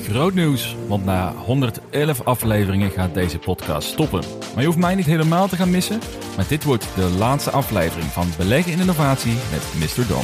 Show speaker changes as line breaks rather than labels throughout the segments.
groot nieuws, want na 111 afleveringen gaat deze podcast stoppen. Maar je hoeft mij niet helemaal te gaan missen, maar dit wordt de laatste aflevering van Beleggen in Innovatie met Mr. Don.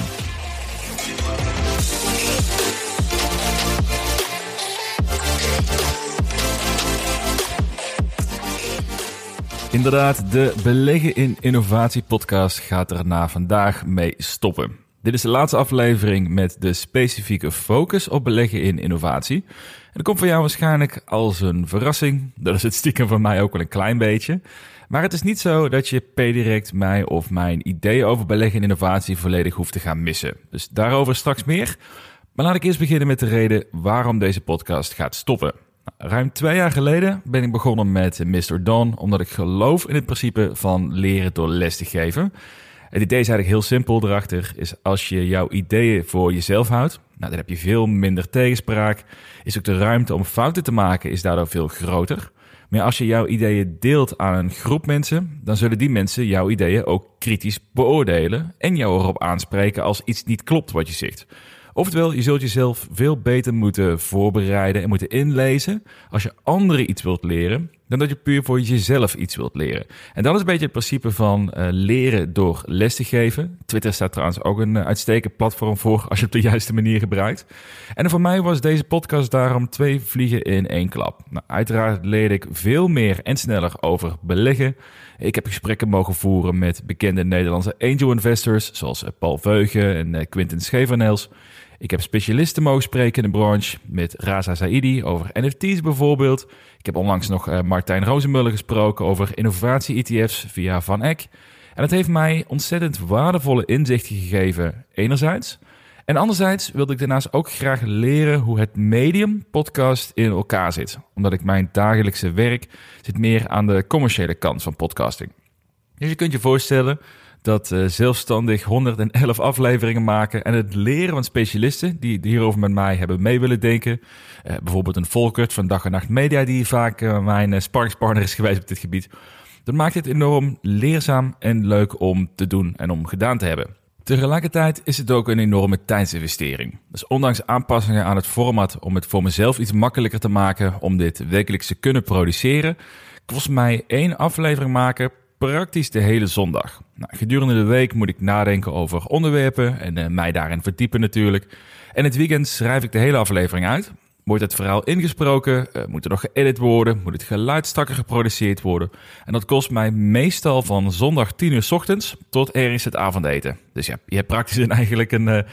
Inderdaad, de Beleggen in Innovatie podcast gaat er na vandaag mee stoppen. Dit is de laatste aflevering met de specifieke focus op beleggen in innovatie. En dat komt voor jou waarschijnlijk als een verrassing. Dat is het stiekem van mij ook wel een klein beetje. Maar het is niet zo dat je per direct mij of mijn ideeën over beleggen in innovatie volledig hoeft te gaan missen. Dus daarover straks meer. Maar laat ik eerst beginnen met de reden waarom deze podcast gaat stoppen. Ruim 2 jaar geleden ben ik begonnen met Mr. Don, omdat ik geloof in het principe van leren door les te geven. Het idee is eigenlijk heel simpel erachter, is als je jouw ideeën voor jezelf houdt, dan heb je veel minder tegenspraak, is ook de ruimte om fouten te maken is daardoor veel groter. Maar als je jouw ideeën deelt aan een groep mensen, dan zullen die mensen jouw ideeën ook kritisch beoordelen en jou erop aanspreken als iets niet klopt wat je zegt. Oftewel, je zult jezelf veel beter moeten voorbereiden en moeten inlezen als je anderen iets wilt leren, dan dat je puur voor jezelf iets wilt leren. En dat is een beetje het principe van leren door les te geven. Twitter staat trouwens ook een uitstekend platform voor als je het op de juiste manier gebruikt. En voor mij was deze podcast daarom 2 vliegen in 1 klap. Nou, uiteraard leerde ik veel meer en sneller over beleggen. Ik heb gesprekken mogen voeren met bekende Nederlandse angel investors, zoals Paul Veugen en Quinten Schevernels. Ik heb specialisten mogen spreken in de branche, met Raza Zaidi over NFT's bijvoorbeeld. Ik heb onlangs nog Martijn Rozenmuller gesproken over innovatie-ETF's via Van Eck. En dat heeft mij ontzettend waardevolle inzichten gegeven, enerzijds. En anderzijds wilde ik daarnaast ook graag leren hoe het medium podcast in elkaar zit. Omdat ik mijn dagelijkse werk zit meer aan de commerciële kant van podcasting. Dus je kunt je voorstellen dat zelfstandig 111 afleveringen maken en het leren van specialisten die hierover met mij hebben mee willen denken. Bijvoorbeeld een Volkert van Dag en Nacht Media, die vaak mijn sparringspartner is geweest op dit gebied. Dat maakt het enorm leerzaam en leuk om te doen en om gedaan te hebben. Tegelijkertijd is het ook een enorme tijdsinvestering. Dus ondanks aanpassingen aan het format om het voor mezelf iets makkelijker te maken om dit wekelijks te kunnen produceren, kost mij 1 aflevering maken praktisch de hele zondag. Nou, gedurende de week moet ik nadenken over onderwerpen en mij daarin verdiepen natuurlijk. En het weekend schrijf ik de hele aflevering uit. Wordt het verhaal ingesproken, moet er nog geëdit worden, moet het geluid strakker geproduceerd worden. En dat kost mij meestal van zondag 10 uur 's ochtends tot ergens het avondeten. Dus ja, je hebt praktisch eigenlijk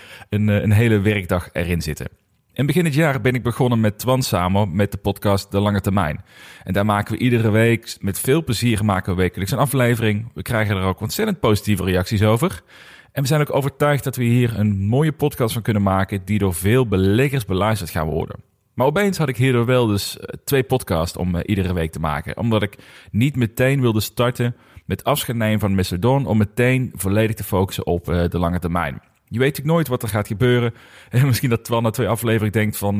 een hele werkdag erin zitten. In begin het jaar ben ik begonnen met Twan samen met de podcast De Lange Termijn. En daar maken we iedere week, met veel plezier maken we wekelijks een aflevering. We krijgen er ook ontzettend positieve reacties over. En we zijn ook overtuigd dat we hier een mooie podcast van kunnen maken die door veel beleggers beluisterd gaan worden. Maar opeens had ik hierdoor wel dus 2 podcasts om iedere week te maken. Omdat ik niet meteen wilde starten met afscheid nemen van Mr. Don om meteen volledig te focussen op de lange termijn. Je weet natuurlijk nooit wat er gaat gebeuren. En misschien dat Twan na 2 afleveringen denkt van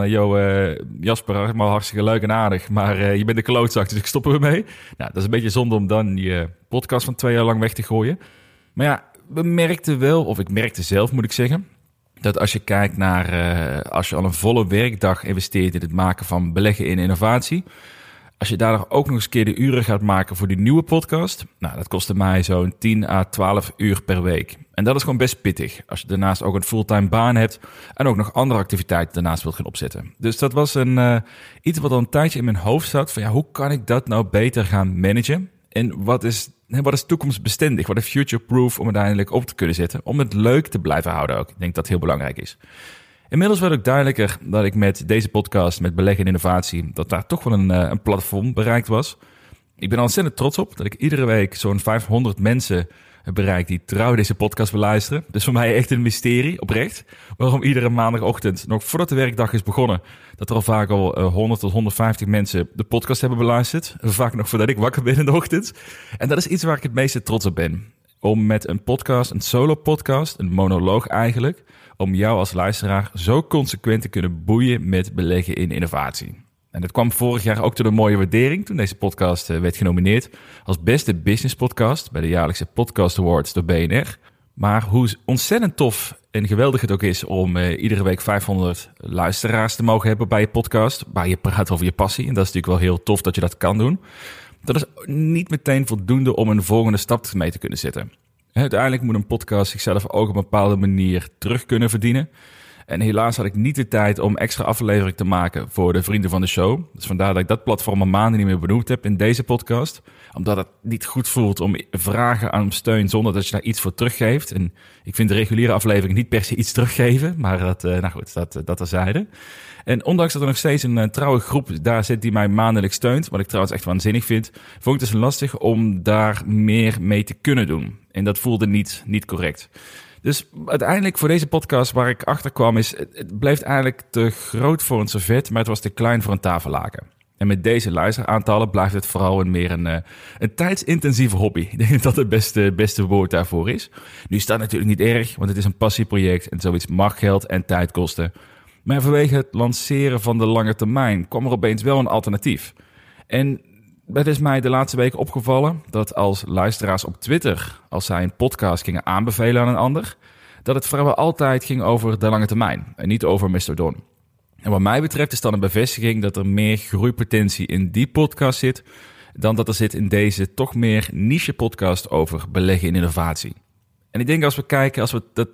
Jasper, helemaal hartstikke leuk en aardig, maar je bent een klootzak, dus ik stop er mee. Nou, dat is een beetje zonde om dan je podcast van 2 jaar lang weg te gooien. Maar ja, we merkten wel, of ik merkte zelf moet ik zeggen, dat als je kijkt naar, als je al een volle werkdag investeert in het maken van beleggen in innovatie, als je daar ook nog eens keer de uren gaat maken voor die nieuwe podcast, nou, dat kostte mij zo'n 10 à 12 uur per week. En dat is gewoon best pittig, als je daarnaast ook een fulltime baan hebt en ook nog andere activiteiten daarnaast wilt gaan opzetten. Dus dat was iets wat al een tijdje in mijn hoofd zat, van ja, hoe kan ik dat nou beter gaan managen? En wat is toekomstbestendig, wat is future-proof om uiteindelijk op te kunnen zetten, om het leuk te blijven houden ook. Ik denk dat het heel belangrijk is. Inmiddels werd ook duidelijker dat ik met deze podcast, met beleggen in innovatie, dat daar toch wel een platform bereikt was. Ik ben er ontzettend trots op dat ik iedere week zo'n 500 mensen bereik die trouw deze podcast beluisteren. Dus voor mij echt een mysterie, oprecht. Waarom iedere maandagochtend, nog voordat de werkdag is begonnen, dat er al vaak al 100 tot 150 mensen de podcast hebben beluisterd. Vaak nog voordat ik wakker ben in de ochtend. En dat is iets waar ik het meeste trots op ben. Om met een podcast, een solo podcast, een monoloog eigenlijk, om jou als luisteraar zo consequent te kunnen boeien met beleggen in innovatie. En dat kwam vorig jaar ook tot een mooie waardering toen deze podcast werd genomineerd als beste business podcast bij de jaarlijkse Podcast Awards door BNR. Maar hoe ontzettend tof En geweldig het ook is om iedere week 500 luisteraars te mogen hebben bij je podcast, waar je praat over je passie. En dat is natuurlijk wel heel tof dat je dat kan doen. Dat is niet meteen voldoende om een volgende stap mee te kunnen zetten. Uiteindelijk moet een podcast zichzelf ook op een bepaalde manier terug kunnen verdienen. En helaas had ik niet de tijd om extra aflevering te maken voor de vrienden van de show. Dus vandaar dat ik dat platform al maanden niet meer benoemd heb in deze podcast. Omdat het niet goed voelt om vragen aan steun zonder dat je daar iets voor teruggeeft. En ik vind de reguliere aflevering niet per se iets teruggeven. Maar dat terzijde. En ondanks dat er nog steeds een trouwe groep daar zit die mij maandelijks steunt, wat ik trouwens echt waanzinnig vind, vond ik het dus lastig om daar meer mee te kunnen doen. En dat voelde niet correct. Dus uiteindelijk voor deze podcast waar ik achter kwam is, het bleef eigenlijk te groot voor een servet, maar het was te klein voor een tafellaken. En met deze luisteraantallen blijft het vooral meer een tijdsintensieve hobby. Ik denk dat het beste woord daarvoor is. Nu is dat natuurlijk niet erg, want het is een passieproject en zoiets mag geld en tijd kosten. Maar vanwege het lanceren van de lange termijn kwam er opeens wel een alternatief. En het is mij de laatste weken opgevallen dat als luisteraars op Twitter, als zij een podcast gingen aanbevelen aan een ander, dat het vrijwel altijd ging over de lange termijn en niet over Mr. Don. En wat mij betreft is dan een bevestiging dat er meer groeipotentie in die podcast zit dan dat er zit in deze toch meer niche podcast over beleggen in innovatie. En ik denk als we kijken,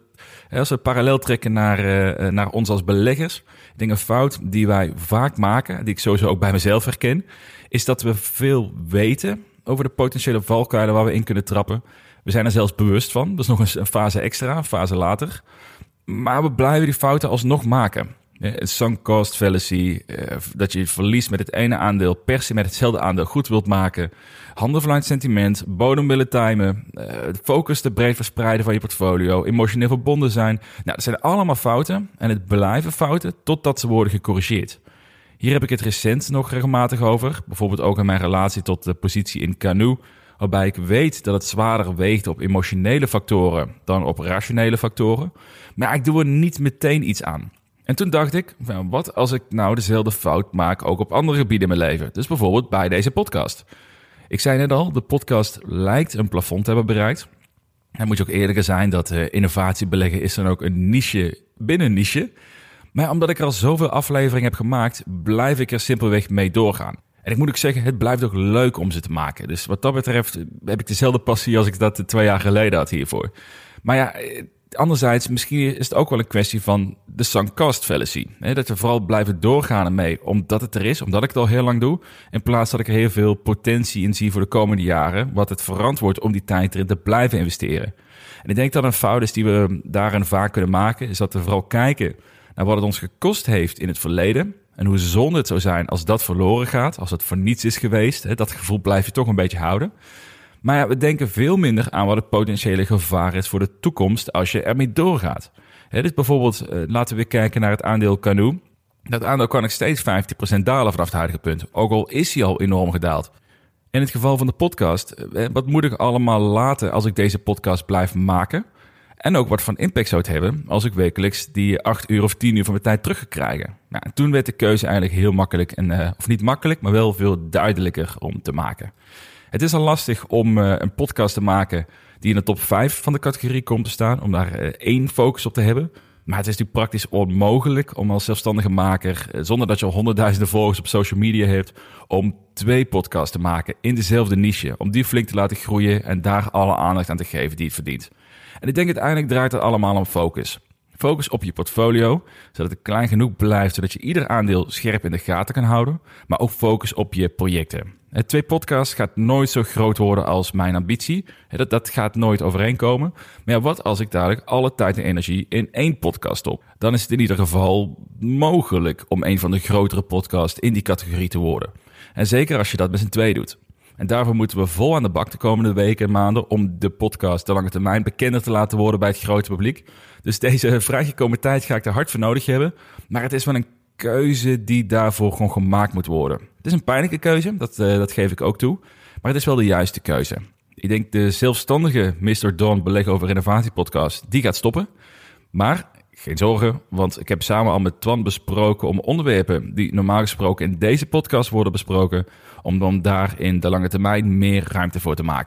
als we parallel trekken naar ons als beleggers, ik denk een fout die wij vaak maken, die ik sowieso ook bij mezelf herken, is dat we veel weten over de potentiële valkuilen waar we in kunnen trappen. We zijn er zelfs bewust van, dat is nog een fase extra, een fase later. Maar we blijven die fouten alsnog maken. Sunk cost fallacy, dat je verlies met het ene aandeel per se met hetzelfde aandeel goed wilt maken. Handelverleid sentiment, bodem willen timen, focus te breed verspreiden van je portfolio, emotioneel verbonden zijn. Nou, dat zijn allemaal fouten en het blijven fouten totdat ze worden gecorrigeerd. Hier heb ik het recent nog regelmatig over, bijvoorbeeld ook in mijn relatie tot de positie in Canoe, waarbij ik weet dat het zwaarder weegt op emotionele factoren dan op rationele factoren. Maar ik doe er niet meteen iets aan. En toen dacht ik, wat als ik nou dezelfde fout maak ook op andere gebieden in mijn leven? Dus bijvoorbeeld bij deze podcast. Ik zei net al, de podcast lijkt een plafond te hebben bereikt. En moet je ook eerlijker zijn dat innovatiebeleggen is dan ook een niche binnen een niche. Maar omdat ik er al zoveel afleveringen heb gemaakt, blijf ik er simpelweg mee doorgaan. En ik moet ook zeggen, het blijft ook leuk om ze te maken. Dus wat dat betreft heb ik dezelfde passie als ik dat 2 jaar geleden had hiervoor. Maar ja, anderzijds, misschien is het ook wel een kwestie van de sunk cost fallacy. Dat we vooral blijven doorgaan ermee, omdat het er is, omdat ik het al heel lang doe. In plaats dat ik er heel veel potentie in zie voor de komende jaren, wat het verantwoordt om die tijd erin te blijven investeren. En ik denk dat een fout is die we daarin vaak kunnen maken, is dat we vooral kijken naar wat het ons gekost heeft in het verleden. En hoe zonde het zou zijn als dat verloren gaat, als het voor niets is geweest. Dat gevoel blijf je toch een beetje houden. Maar ja, we denken veel minder aan wat het potentiële gevaar is voor de toekomst als je ermee doorgaat. Dus bijvoorbeeld, laten we weer kijken naar het aandeel Canoe. Dat aandeel kan nog steeds 50% dalen vanaf het huidige punt. Ook al is hij al enorm gedaald. In het geval van de podcast, wat moet ik allemaal laten als ik deze podcast blijf maken? En ook wat van impact zou het hebben als ik wekelijks die 8 uur of 10 uur van mijn tijd terug ga krijgen. Nou, en toen werd de keuze eigenlijk heel makkelijk, of niet makkelijk, maar wel veel duidelijker om te maken. Het is al lastig om een podcast te maken die in de top 5 van de categorie komt te staan, om daar 1 focus op te hebben. Maar het is natuurlijk praktisch onmogelijk om als zelfstandige maker, zonder dat je al honderdduizenden volgers op social media hebt, om 2 podcasts te maken in dezelfde niche. Om die flink te laten groeien en daar alle aandacht aan te geven die het verdient. En ik denk uiteindelijk draait het allemaal om focus. Focus op je portfolio, zodat het klein genoeg blijft, zodat je ieder aandeel scherp in de gaten kan houden. Maar ook focus op je projecten. 2 podcasts gaat nooit zo groot worden als mijn ambitie. Dat gaat nooit overeenkomen. Maar ja, wat als ik dadelijk alle tijd en energie in 1 podcast stop? Dan is het in ieder geval mogelijk om een van de grotere podcasts in die categorie te worden. En zeker als je dat met z'n 2 doet. En daarvoor moeten we vol aan de bak de komende weken en maanden om de podcast de lange termijn bekender te laten worden bij het grote publiek. Dus deze vrijgekomen tijd ga ik er hard voor nodig hebben. Maar het is wel een keuze die daarvoor gewoon gemaakt moet worden. Het is een pijnlijke keuze, dat geef ik ook toe. Maar het is wel de juiste keuze. Ik denk de zelfstandige Mr. Don Beleggen over Innovatie podcast, die gaat stoppen. Maar geen zorgen, want ik heb samen al met Twan besproken om onderwerpen die normaal gesproken in deze podcast worden besproken, om dan daar in de lange termijn meer ruimte voor te maken.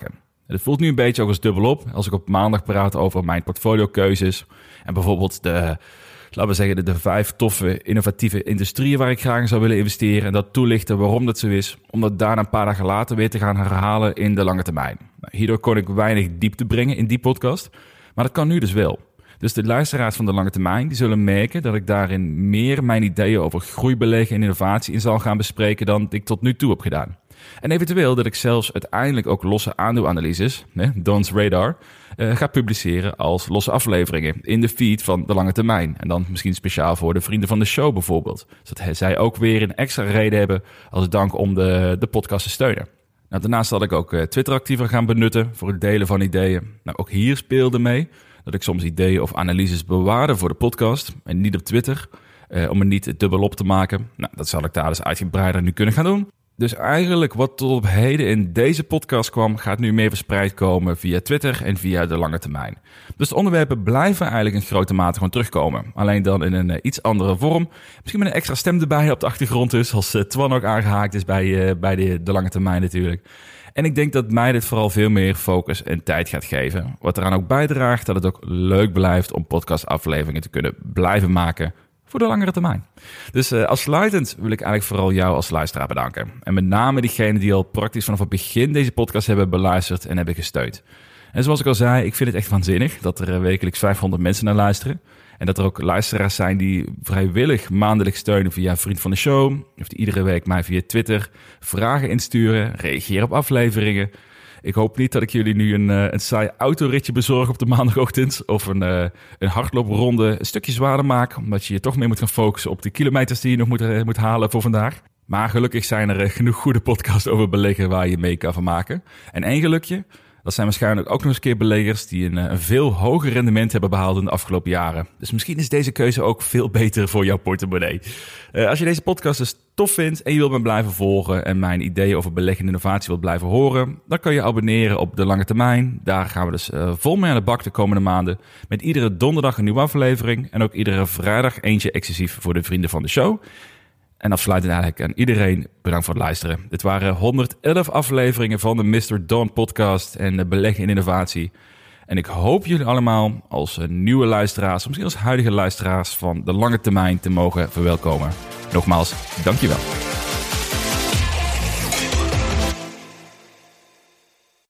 Het voelt nu een beetje ook als dubbelop als ik op maandag praat over mijn portfoliokeuzes en bijvoorbeeld de 5 toffe, innovatieve industrieën waar ik graag in zou willen investeren en dat toelichten waarom dat zo is, om dat daarna een paar dagen later weer te gaan herhalen in de lange termijn. Hierdoor kon ik weinig diepte brengen in die podcast, maar dat kan nu dus wel. Dus de luisteraars van de lange termijn die zullen merken dat ik daarin meer mijn ideeën over groeibeleggen en innovatie in zal gaan bespreken dan ik tot nu toe heb gedaan. En eventueel dat ik zelfs uiteindelijk ook losse aandeelanalyses, Don's Radar, ga publiceren als losse afleveringen in de feed van de lange termijn. En dan misschien speciaal voor de vrienden van de show bijvoorbeeld. Zodat zij ook weer een extra reden hebben als dank om de podcast te steunen. Nou, daarnaast zal ik ook Twitter actiever gaan benutten voor het delen van ideeën. Nou, ook hier speelde mee dat ik soms ideeën of analyses bewaarde voor de podcast en niet op Twitter, om het niet dubbelop te maken. Nou, dat zal ik daar dus uitgebreider nu kunnen gaan doen. Dus eigenlijk wat tot op heden in deze podcast kwam, gaat nu meer verspreid komen via Twitter en via de lange termijn. Dus de onderwerpen blijven eigenlijk in grote mate gewoon terugkomen. Alleen dan in een iets andere vorm. Misschien met een extra stem erbij op de achtergrond dus, als Twan ook aangehaakt is bij de lange termijn natuurlijk. En ik denk dat mij dit vooral veel meer focus en tijd gaat geven. Wat eraan ook bijdraagt dat het ook leuk blijft om podcastafleveringen te kunnen blijven maken voor de langere termijn. Dus afsluitend wil ik eigenlijk vooral jou als luisteraar bedanken. En met name diegenen die al praktisch vanaf het begin deze podcast hebben beluisterd en hebben gesteund. En zoals ik al zei, ik vind het echt waanzinnig dat er wekelijks 500 mensen naar luisteren. En dat er ook luisteraars zijn die vrijwillig maandelijks steunen via Vriend van de Show. Of die iedere week mij via Twitter vragen insturen, reageren op afleveringen. Ik hoop niet dat ik jullie nu een saai autoritje bezorg op de maandagochtend. Of een hardloopronde een stukje zwaarder maak. Omdat je je toch meer moet gaan focussen op de kilometers die je nog moet halen voor vandaag. Maar gelukkig zijn er genoeg goede podcasts over beleggen waar je mee kan vermaken. En één gelukje, dat zijn waarschijnlijk ook nog eens een keer beleggers die een veel hoger rendement hebben behaald in de afgelopen jaren. Dus misschien is deze keuze ook veel beter voor jouw portemonnee. Als je deze podcast dus tof vindt en je wilt me blijven volgen en mijn ideeën over beleggen en innovatie wilt blijven horen, dan kan je abonneren op de lange termijn. Daar gaan we dus vol mee aan de bak de komende maanden. Met iedere donderdag een nieuwe aflevering en ook iedere vrijdag eentje exclusief voor de vrienden van de show. En afsluitend eigenlijk aan iedereen bedankt voor het luisteren. Dit waren 111 afleveringen van de Mr. Don podcast en beleggen in innovatie. En ik hoop jullie allemaal als nieuwe luisteraars, misschien als huidige luisteraars van de lange termijn te mogen verwelkomen. Nogmaals, dankjewel.